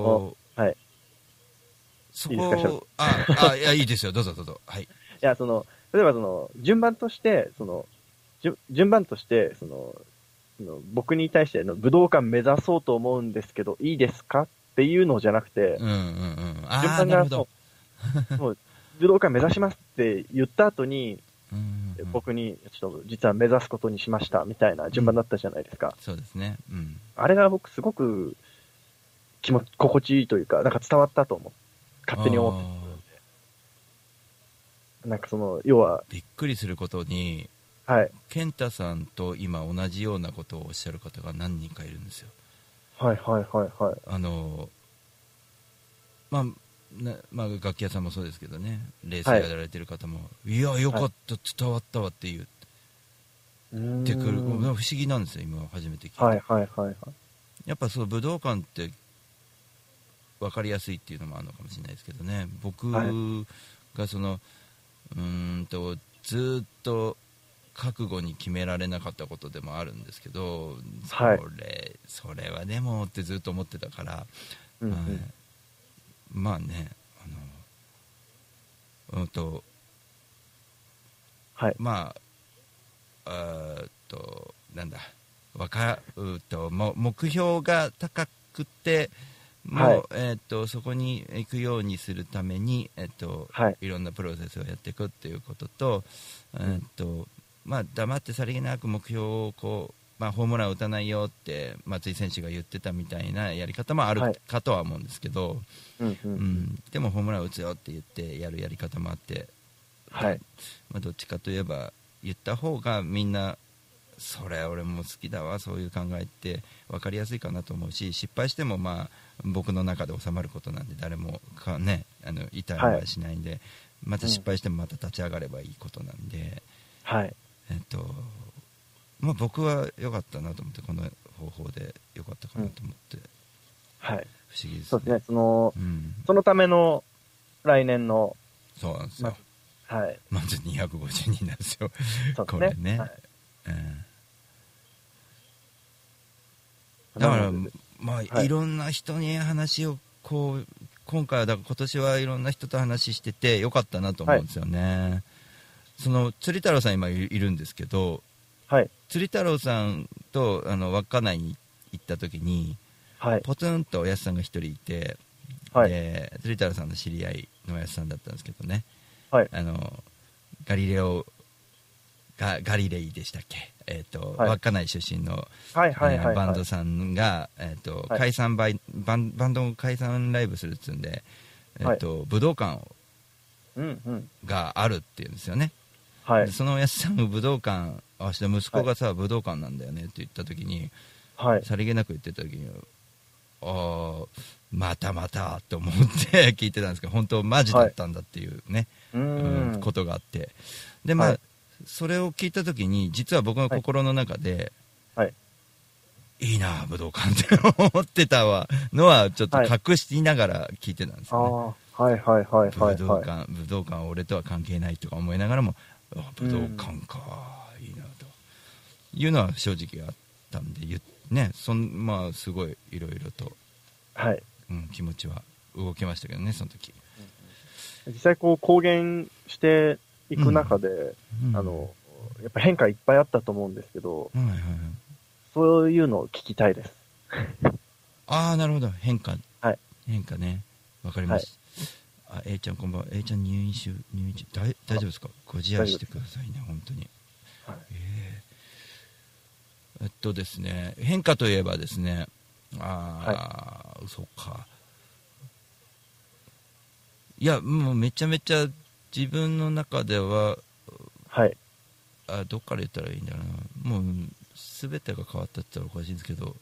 Speaker 2: そ
Speaker 4: いいですか
Speaker 2: こ、いや、いいですよ。どうぞどうぞ。はい。
Speaker 4: いや、例えば順番として、順番として、僕に対して武道館目指そうと思うんですけど、いいですかっていうのじゃなくて、順番がもう武道館目指しますって言った後に、僕に、ちょっと実は目指すことにしましたみたいな順番だったじゃないですか。
Speaker 2: そうですね。
Speaker 4: あれが僕すごく心地いいというか、なんか伝わったと勝手に思ってて。なんか要は。
Speaker 2: びっくりすることに、
Speaker 4: はい。
Speaker 2: 健太さんと今同じようなことをおっしゃる方が何人かいるんですよ。
Speaker 4: はいはいはいはい。
Speaker 2: 楽器屋さんもそうですけどね、レースやられてる方も、いや、よかった、伝わったわって言ってくる、不思議なんですよ、今初めて聞いて。
Speaker 4: はいはいはいはい。や
Speaker 2: っぱ武道館って分かりやすいっていうのもあるのかもしれないですけどね、僕がずっと覚悟に決められなかったことでもあるんですけど、それはでもってずっと思ってたから、まあね、まあ、なんだ、目標が高くて、そこに行くようにするために、いろんなプロセスをやっていくっていうことと、黙ってさりげなく目標をホームランを打たないよって松井選手が言ってたみたいなやり方もあるかとは思うんですけど、でもホームランを打つよって言ってやるやり方もあって、どっちかといえば言った方がみんなそれ俺も好きだわ、そういう考えって分かりやすいかなと思うし、失敗しても僕の中で収まることなんで誰も痛いはしないんで、また失敗してもまた立ち上がればいいことなんで、僕は良かったなと思って、この方法で良かったかなと思って、不思議ですね。
Speaker 4: そうですね、そのための来年の、
Speaker 2: そうなんですよ、まず250人なんですよ、これね。だからいろんな人に話を今回はだから今年はいろんな人と話しててよかったなと思うんですよね。釣太郎さん今いるんですけど、釣太郎さんと稚内に行った時に、ポツンとおやすさんが一人いて、釣太郎さんの知り合いのおやすさんだったんですけどね、ガリレイでしたっけ、稚内出身のバンドさんが解散バンドを解散ライブするっつうんで、武道館があるっていうんですよね。そのおやすさんの武道館、明日息子がさ、武道館なんだよねって言った時に、さりげなく言ってた時に、またまたと思って聞いてたんですけど、本当マジだったんだっていうね、ことがあって、でそれを聞いた時に実は僕の心の中で、いいな武道館って思ってたのはちょっと隠しながら聞いてたんですよね。武道館は俺とは関係ないとか思いながらも、武道館か、いいなというのは正直あったんで、ね、すごいいろいろと、気持ちは動きましたけどね、その時。
Speaker 4: 実際公言していく中で、やっぱ変化いっぱいあったと思うんですけど、そういうのを聞きたいです。
Speaker 2: なるほど、変化ね、わかります。A ちゃんこんばんは。A ちゃん入院中大丈夫ですか？ご自愛してくださいね、本当に。ですね、変化といえばですね、そうか。いや、もうめちゃめちゃ自分の中では、どっから言ったらいいんだろうな、もう全てが変わったって言ったらおかしいんですけど、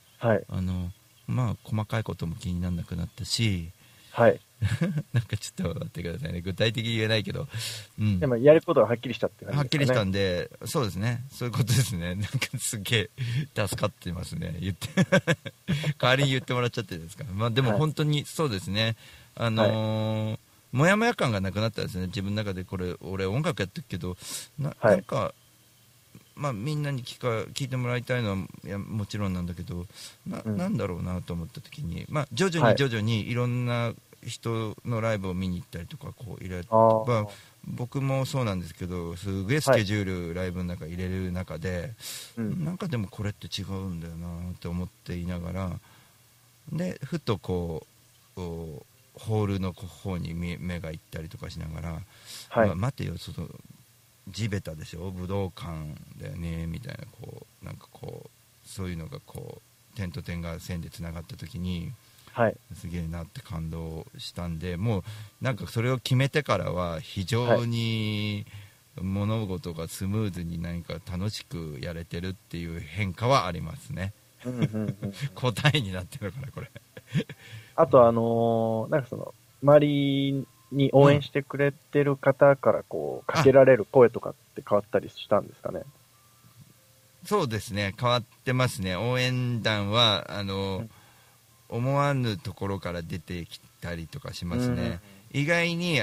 Speaker 2: 細かいことも気にならなくなったし、なんかちょっと待ってくださいね、具体的に言えないけど、
Speaker 4: でもやることがはっきりしたって感じですかね。
Speaker 2: はっきりしたんで、そうですね、そういうことですね。なんかすげえ助かってますね、言って代わりに言ってもらっちゃってるんですか。でも本当にそうですね、もやもや感がなくなったですね、自分の中で。これ俺音楽やってるけどなんかまあ、みんなに聞いてもらいたいのはいやもちろんなんだけどなんだろうなと思った時に、まあ、徐々にいろんな人のライブを見に行ったりとかこう入れて、まあ、僕もそうなんですけどすげえスケジュール、ライブの中入れる中で、なんかでもこれって違うんだよなって思っていながらでふとこうホールの方に目が行ったりとかしながら、まあ、待てよ地べたでしょ武道館だよねみたいななんかそういうのが点と点が線でつながった時に、すげえなって感動したんでもうなんかそれを決めてからは非常に物事がスムーズに何か楽しくやれてるっていう変化はありますね。答えになってるからこれ
Speaker 4: あとなんか周りに応援してくれてる方からかけられる声とかって変わったりしたんですかね。
Speaker 2: そうですね変わってますね。応援団は思わぬところから出てきたりとかしますね。意外に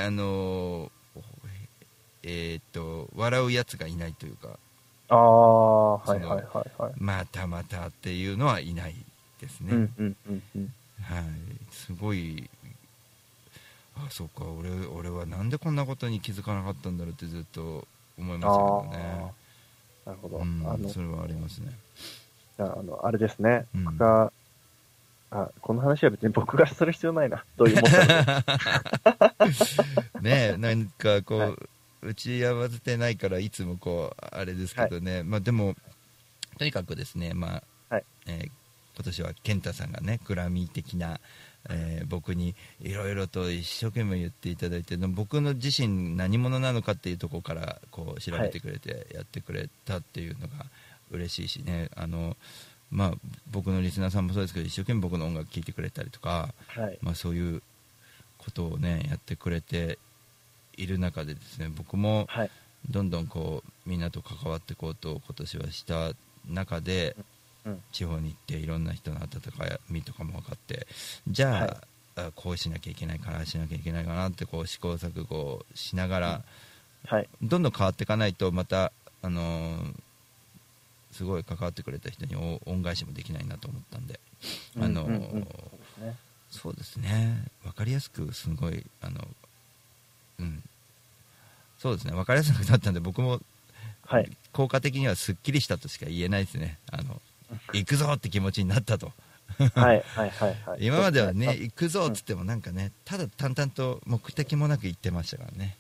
Speaker 2: 笑うやつがいないというかまたまたっていうのはいないですね。すごいそうか俺はなんでこんなことに気づかなかったんだろうってずっと思いましたけどね。
Speaker 4: なるほど、
Speaker 2: それはありますね。
Speaker 4: あれですね、僕がこの話は別に僕がする必要ないなと思ったので
Speaker 2: ねえなんか打ち合わせてないからいつもあれですけどね、まあでもとにかくですね、まあ今年は健太さんがねグラミー的な、僕にいろいろと一生懸命言っていただいて僕の自身何者なのかっていうところから調べてくれてやってくれたっていうのが嬉しいしねまあ、僕のリスナーさんもそうですけど一生懸命僕の音楽聴いてくれたりとか、まあ、そういうことをねやってくれている中でですね僕もどんどんみんなと関わっていこうと今年はした中で、地方に行っていろんな人の温かみとかも分かってじゃあ、こうしなきゃいけないかなしなきゃいけないかなって試行錯誤しながら、どんどん変わっていかないとまたすごい関わってくれた人に恩返しもできないなと思ったんでそうですね分かりやすくすごいそうですね分かりやすくなったんで僕も効果的にはすっきりしたとしか言えないですね。行くぞって気持ちになったと今まではね行くぞっつってもなんかねただ淡々と目的もなく行ってましたからね。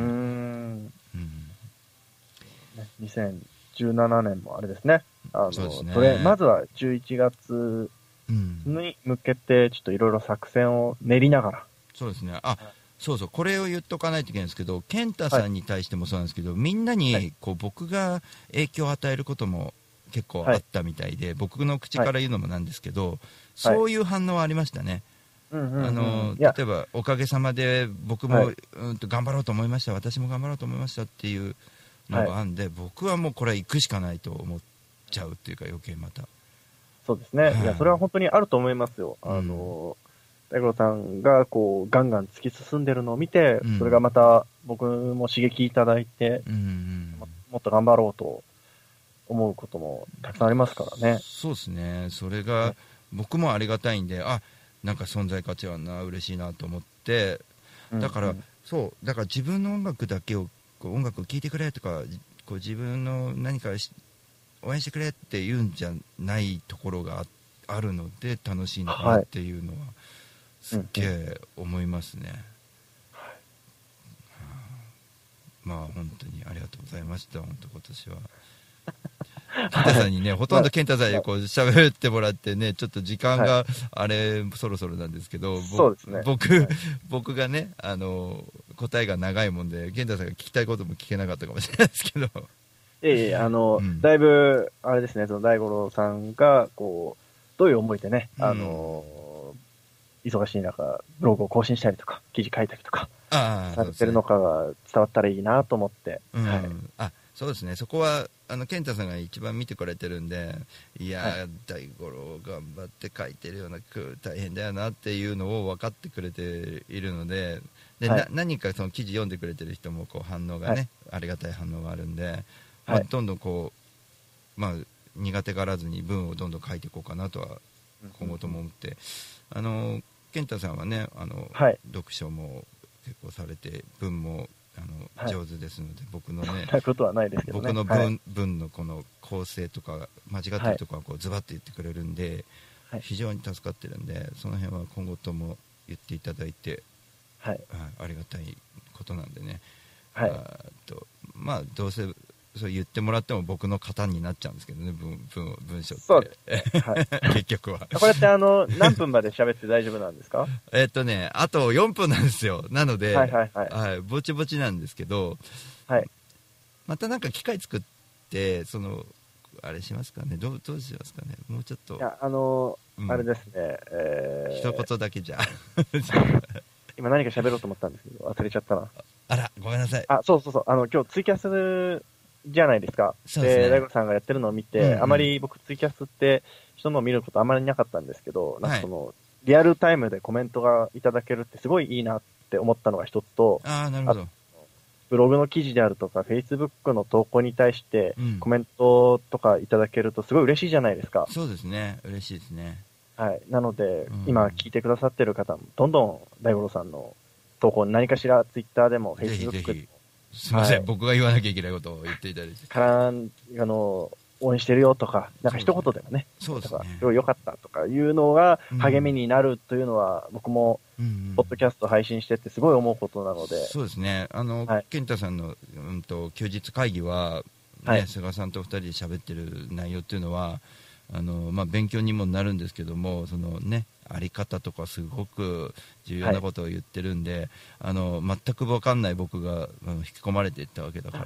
Speaker 4: 2017年もあれですねそれまずは11月に向けてちょっといろいろ作戦を練りながら
Speaker 2: そうですねそうこれを言っとかないといけないんですけど健太さんに対してもそうなんですけど、みんなに僕が影響を与えることも結構あったみたいで、僕の口から言うのもなんですけど、そういう反応はありましたね。例えばおかげさまで僕も、頑張ろうと思いました私も頑張ろうと思いましたっていうのがあるんで、僕はもうこれは行くしかないと思っちゃうっていうか余計また
Speaker 4: そうですね、いやそれは本当にあると思いますよ。大五郎さんがガンガン突き進んでるのを見て、それがまた僕も刺激いただいて、もっと頑張ろうと思うこともたくさんありますからね。
Speaker 2: そうですねそれが僕もありがたいんでなんか存在価値あるな嬉しいなと思ってだから自分の音楽だけを音楽を聴いてくれとか自分の何か応援してくれって言うんじゃないところがあるので楽しいのかなっていうのはすっげえ思いますね。まあ本当にありがとうございました本当今年は健太さんにねほとんど健太さんに喋ってもらってねちょっと時間がそろそろなんですけど、僕がね答えが長いもんで健太さんが聞きたいことも聞けなかったかもしれないですけど
Speaker 4: だいぶあれですね大五郎さんがどういう思いでね忙しい中ブログを更新したりとか記事書いたりとかされてるのかが伝わったらいいなと思って、
Speaker 2: そうですねそこは健太さんが一番見てくれてるんでいや大五郎頑張って書いてるような大変だよなっていうのを分かってくれているので何かその記事読んでくれてる人も反応がね、ありがたい反応があるんで、どんどんまあ、苦手がらずに文をどんどん書いていこうかなとは今後とも思って、健太さんはね
Speaker 4: はい、
Speaker 2: 読書も結構されて文も
Speaker 4: はい
Speaker 2: 上手ですので、僕のね
Speaker 4: そんなことはないですけどね。
Speaker 2: 僕の
Speaker 4: はい、
Speaker 2: 文のこの構成とか間違ってるところはこうズバッと言ってくれるんで、
Speaker 4: はい、
Speaker 2: 非常に助かってるんで、その辺は今後とも言っていただいて、
Speaker 4: はい、
Speaker 2: ありがたいことなんでね、
Speaker 4: はい、
Speaker 2: まあどうせそう言ってもらっても僕の型になっちゃうんですけどね、文章って。
Speaker 4: そうですね。はい。
Speaker 2: 結局は
Speaker 4: これって何分まで喋って大丈夫なんですか？
Speaker 2: あと4分なんですよ。なので、
Speaker 4: はいはいはい。
Speaker 2: ぼちぼちなんですけど、
Speaker 4: はい。
Speaker 2: またなんか機械作って、あれしますかね、どうしますかね、もうちょっと。
Speaker 4: いや、あれですね、
Speaker 2: 一言だけじゃ。
Speaker 4: 今何か喋ろうと思ったんですけど、忘れちゃったな。
Speaker 2: あら、ごめんなさい。
Speaker 4: そうそうそう、今日ツイキャスじゃないですか。
Speaker 2: そうですね。
Speaker 4: 大悟さんがやってるのを見て、あまり僕ツイキャスって人のを見ることあまりなかったんですけど、なんかリアルタイムでコメントがいただけるってすごいいいなって思ったのが一つと、
Speaker 2: なるほど。
Speaker 4: ブログの記事であるとか、Facebook の投稿に対してコメントとかいただけるとすごい嬉しいじゃないですか。
Speaker 2: そうですね。嬉しいですね。
Speaker 4: はい。なので、今聞いてくださってる方も、どんどん大五郎さんの投稿に何かしら Twitter でも Facebook でも、
Speaker 2: すいません、僕が言わなきゃいけないことを言っていただいて。
Speaker 4: 応援してるよとか、なんか一言でもね、
Speaker 2: そうですね。
Speaker 4: すごい良かったとかいうのが励みになるというのは、僕も、ポッドキャスト配信してってすごい思うことなので。
Speaker 2: そうですね。健太さんの、休日会議は、菅さんと2人で喋ってる内容っていうのは、勉強にもなるんですけども、あり方とかすごく重要なことを言ってるんで、全く分かんない僕が引き込まれていったわけだから、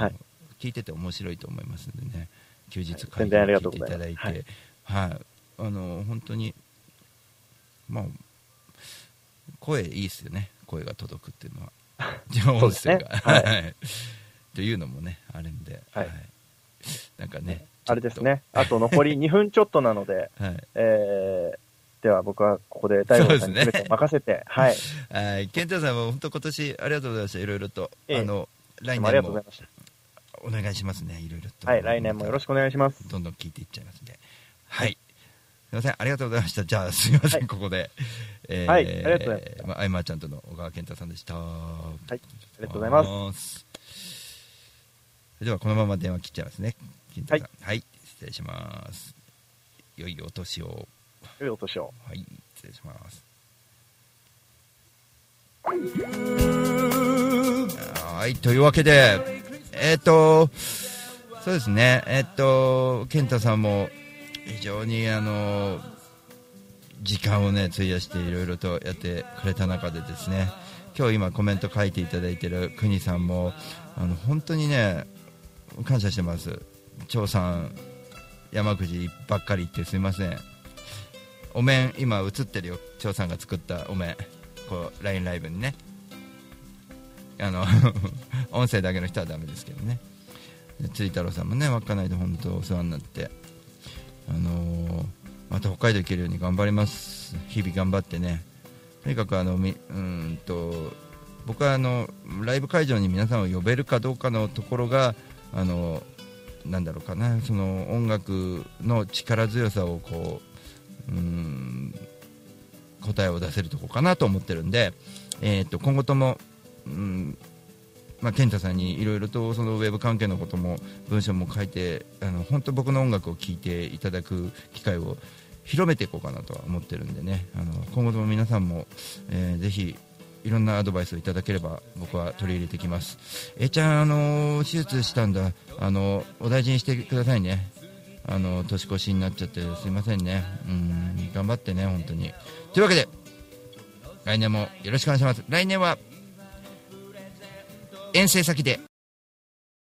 Speaker 2: 聞いてて面白いと思いますんでね、休日会議を聞いていただいて、本当に、まあ、声いいですよね、声が届くっていうのは、音声が。というのもね、あるんで、なんかね、
Speaker 4: あれですね、あと残り2分ちょっとなので、では僕はここで大悟さんに全て任せて、
Speaker 2: 健太さんも本当今年ありがとうございました。いろいろと、来年もお願いしますね。いろいろと。
Speaker 4: 来年もよろしくお願いします。
Speaker 2: どんどん聞いていっちゃいますんで。すいません、ありがとうございました。じゃあすいません、ここで。
Speaker 4: ありがとうございます。
Speaker 2: あいまーちゃんとの小川健太さんでした。
Speaker 4: ありがとうございます。
Speaker 2: ではこのまま電話切っちゃいますね。健太さん。失礼します。良いお年を。
Speaker 4: 良いお年を。
Speaker 2: 失礼します。というわけで、そうですね、健太さんも非常に時間をね費やしていろいろとやってくれた中でですね、今日今コメント書いていただいている国さんも本当にね感謝してます。張さん山くじばっかり言ってすいません。お面今映ってるよ、張さんが作ったお面、こう LINE ライブにね、音声だけの人はダメですけどね。釣り太郎さんもね、稚内で本当お世話になって、また北海道行けるように頑張ります。日々頑張ってね。とにかく僕はライブ会場に皆さんを呼べるかどうかのところがなんだろうかな、その音楽の力強さをこう答えを出せるところかなと思ってるんで、今後とも健太さんにいろいろとそのウェブ関係のことも文章も書いて、本当僕の音楽を聴いていただく機会を広めていこうかなとは思ってるんでね、今後とも皆さんも、ぜひいろんなアドバイスをいただければ僕は取り入れてきます。ちゃん手術したんだ、お大事にしてくださいね。年越しになっちゃってすいませんね。頑張ってね本当に。というわけで来年もよろしくお願いします。来年は遠征先で